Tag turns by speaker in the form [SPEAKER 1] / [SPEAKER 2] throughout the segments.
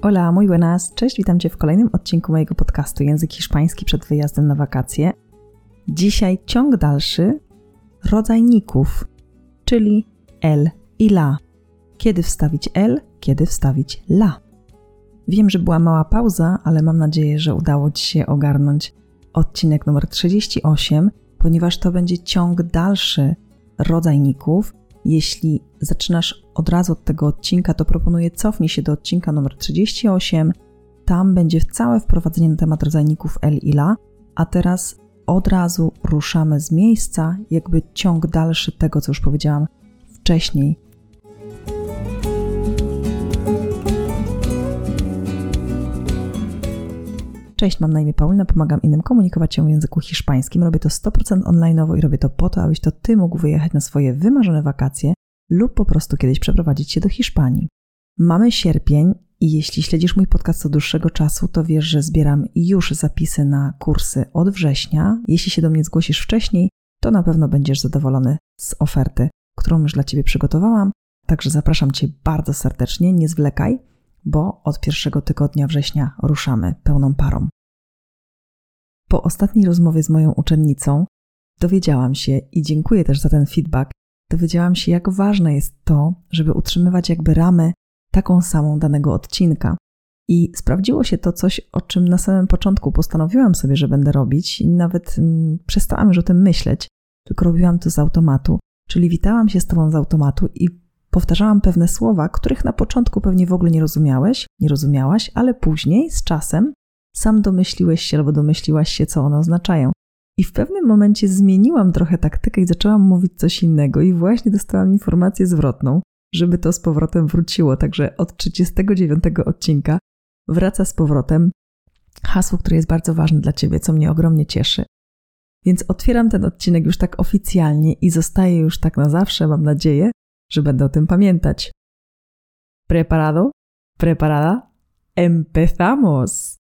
[SPEAKER 1] Hola, muy buenas, cześć, witam Cię w kolejnym odcinku mojego podcastu Język Hiszpański przed wyjazdem na wakacje. Dzisiaj ciąg dalszy rodzajników, czyli el i la. Kiedy wstawić el, kiedy wstawić la. Wiem, że była mała pauza, ale mam nadzieję, że udało Ci się ogarnąć odcinek numer 38, ponieważ to będzie ciąg dalszy rodzajników. Jeśli zaczynasz od razu od tego odcinka, to proponuję cofnij się do odcinka numer 38. Tam będzie całe wprowadzenie na temat rodzajników el i la, a teraz od razu ruszamy z miejsca, jakby ciąg dalszy tego, co już powiedziałam wcześniej. Cześć, mam na imię Paulina, pomagam innym komunikować się w języku hiszpańskim. Robię to 100% online'owo i robię to po to, abyś to Ty mógł wyjechać na swoje wymarzone wakacje lub po prostu kiedyś przeprowadzić się do Hiszpanii. Mamy sierpień i jeśli śledzisz mój podcast od dłuższego czasu, to wiesz, że zbieram już zapisy na kursy od września. Jeśli się do mnie zgłosisz wcześniej, to na pewno będziesz zadowolony z oferty, którą już dla Ciebie przygotowałam. Także zapraszam Cię bardzo serdecznie, nie zwlekaj, bo od pierwszego tygodnia września ruszamy pełną parą. Po ostatniej rozmowie z moją uczennicą dowiedziałam się i dziękuję też za ten feedback, dowiedziałam się, jak ważne jest to, żeby utrzymywać jakby ramę taką samą danego odcinka. I sprawdziło się to coś, o czym na samym początku postanowiłam sobie, że będę robić i nawet przestałam już o tym myśleć, tylko robiłam to z automatu, czyli witałam się z Tobą z automatu i powtarzałam pewne słowa, których na początku pewnie w ogóle nie rozumiałaś, ale później z czasem sam domyśliłeś się albo domyśliłaś się, co one oznaczają. I w pewnym momencie zmieniłam trochę taktykę i zaczęłam mówić coś innego i właśnie dostałam informację zwrotną, żeby to z powrotem wróciło. Także od 39 odcinka wraca z powrotem hasło, które jest bardzo ważne dla Ciebie, co mnie ogromnie cieszy. Więc otwieram ten odcinek już tak oficjalnie i zostaję już tak na zawsze, mam nadzieję, że będę o tym pamiętać. ¿Preparado? ¿Preparada? ¡Empezamos!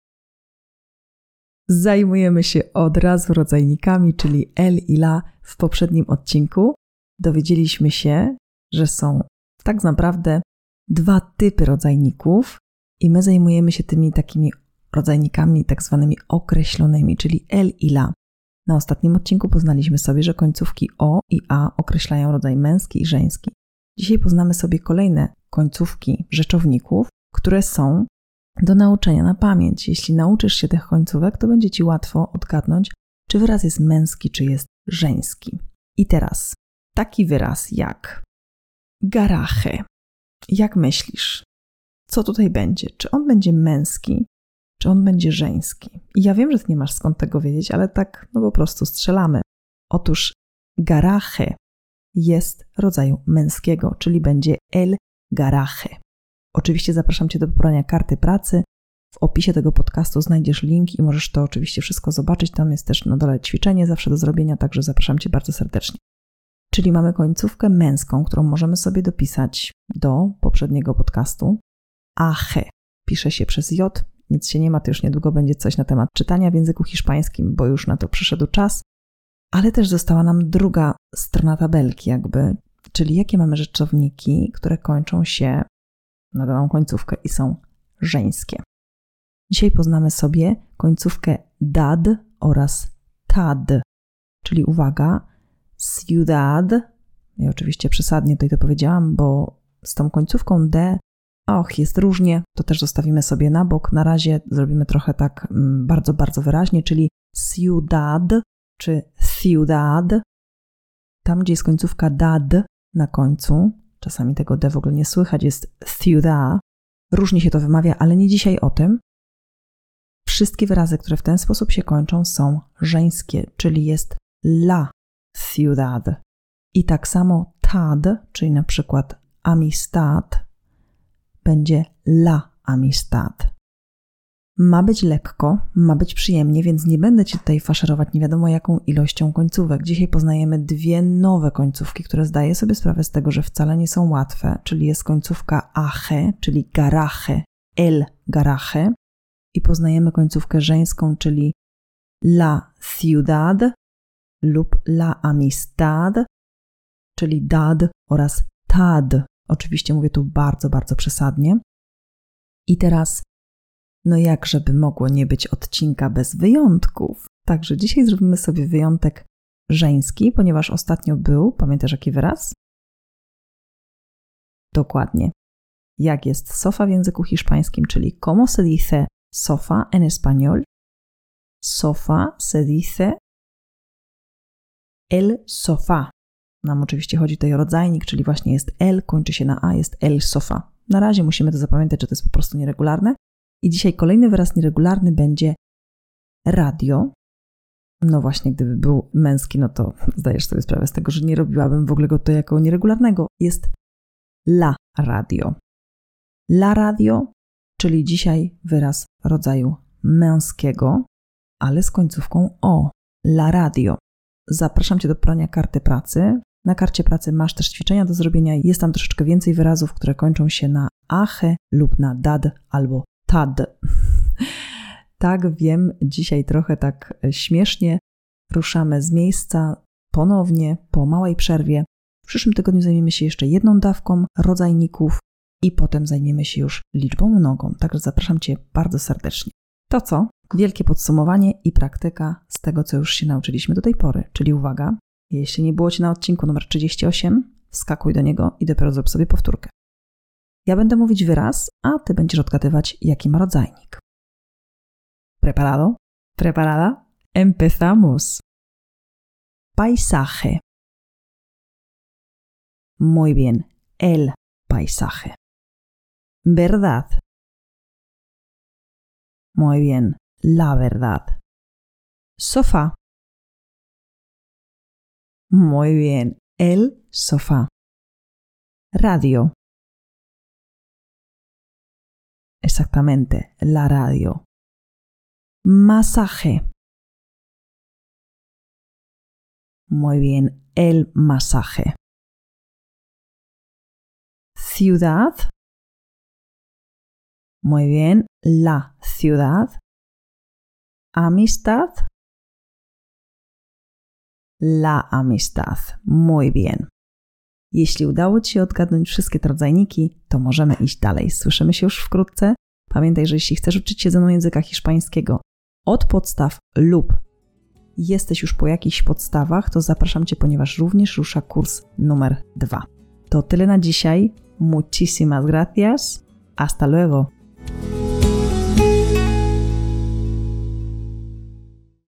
[SPEAKER 1] Zajmujemy się od razu rodzajnikami, czyli el i la. W poprzednim odcinku dowiedzieliśmy się, że są tak naprawdę dwa typy rodzajników i my zajmujemy się tymi takimi rodzajnikami tak zwanymi określonymi, czyli el i la. Na ostatnim odcinku poznaliśmy sobie, że końcówki o i a określają rodzaj męski i żeński. Dzisiaj poznamy sobie kolejne końcówki rzeczowników, które są do nauczenia na pamięć. Jeśli nauczysz się tych końcówek, to będzie Ci łatwo odgadnąć, czy wyraz jest męski, czy jest żeński. I teraz taki wyraz jak garaje. Jak myślisz, co tutaj będzie? Czy on będzie męski, czy on będzie żeński? I ja wiem, że Ty nie masz skąd tego wiedzieć, ale tak po prostu strzelamy. Otóż garaje jest rodzaju męskiego, czyli będzie el garaje. Oczywiście zapraszam Cię do pobrania karty pracy. W opisie tego podcastu znajdziesz link i możesz to oczywiście wszystko zobaczyć. Tam jest też na dole ćwiczenie zawsze do zrobienia, także zapraszam Cię bardzo serdecznie. Czyli mamy końcówkę męską, którą możemy sobie dopisać do poprzedniego podcastu. Aje pisze się przez J, nic się nie ma, to już niedługo będzie coś na temat czytania w języku hiszpańskim, bo już na to przyszedł czas. Ale też została nam druga strona tabelki jakby, czyli jakie mamy rzeczowniki, które kończą się na daną końcówkę i są żeńskie. Dzisiaj poznamy sobie końcówkę dad oraz tad, czyli uwaga, ciudad, ja oczywiście przesadnie tutaj to powiedziałam, bo z tą końcówką d, jest różnie, to też zostawimy sobie na bok. Na razie zrobimy trochę tak bardzo, bardzo wyraźnie, czyli ciudad czy ciudad. Tam, gdzie jest końcówka dad na końcu, czasami tego d w ogóle nie słychać, jest ciudad. Różnie się to wymawia, ale nie dzisiaj o tym. Wszystkie wyrazy, które w ten sposób się kończą, są żeńskie, czyli jest la ciudad. I tak samo tad, czyli na przykład amistad, będzie la amistad. Ma być lekko, ma być przyjemnie, więc nie będę Ci tutaj faszerować nie wiadomo jaką ilością końcówek. Dzisiaj poznajemy dwie nowe końcówki, które zdaję sobie sprawę z tego, że wcale nie są łatwe, czyli jest końcówka aje, czyli garaje, el garaje i poznajemy końcówkę żeńską, czyli la ciudad lub la amistad, czyli dad oraz tad. Oczywiście mówię tu bardzo, bardzo przesadnie. I teraz No jak żeby mogło nie być odcinka bez wyjątków? Także dzisiaj zrobimy sobie wyjątek żeński, ponieważ ostatnio był, pamiętasz jaki wyraz? Dokładnie. Jak jest sofa w języku hiszpańskim, czyli ¿cómo se dice sofa en español? Sofa se dice el sofá. Nam oczywiście chodzi tutaj o rodzajnik, czyli właśnie jest el, kończy się na a, jest el sofa. Na razie musimy to zapamiętać, że to jest po prostu nieregularne. I dzisiaj kolejny wyraz nieregularny będzie radio. No właśnie, gdyby był męski, no to zdajesz sobie sprawę z tego, że nie robiłabym w ogóle go to jako nieregularnego. Jest la radio. La radio, czyli dzisiaj wyraz rodzaju męskiego, ale z końcówką o. La radio. Zapraszam Cię do pobrania karty pracy. Na karcie pracy masz też ćwiczenia do zrobienia. Jest tam troszeczkę więcej wyrazów, które kończą się na ache lub na dad albo tad. Tak, wiem, dzisiaj trochę tak śmiesznie. Ruszamy z miejsca ponownie po małej przerwie. W przyszłym tygodniu zajmiemy się jeszcze jedną dawką rodzajników i potem zajmiemy się już liczbą mnogą. Także zapraszam Cię bardzo serdecznie. To co? Wielkie podsumowanie i praktyka z tego, co już się nauczyliśmy do tej pory. Czyli uwaga, jeśli nie było Ci na odcinku numer 38, wskakuj do niego i dopiero zrób sobie powtórkę. Ja będę mówić wyraz, a Ty będziesz odgadywać, jaki ma rodzajnik. ¿Preparado? ¿Preparada? Empezamos. Paisaje. Muy bien, el paisaje. Verdad. Muy bien, la verdad. Sofá. Muy bien, el sofá. Radio. Exactamente, la radio. Masaje. Muy bien, el masaje. Ciudad. Muy bien, la ciudad. Amistad. La amistad. Muy bien. Jeśli udało Ci się odgadnąć wszystkie te rodzajniki, to możemy iść dalej. Słyszymy się już wkrótce. Pamiętaj, że jeśli chcesz uczyć się ze mną języka hiszpańskiego od podstaw lub jesteś już po jakichś podstawach, to zapraszam Cię, ponieważ również rusza kurs numer 2. To tyle na dzisiaj. Muchísimas gracias. Hasta luego.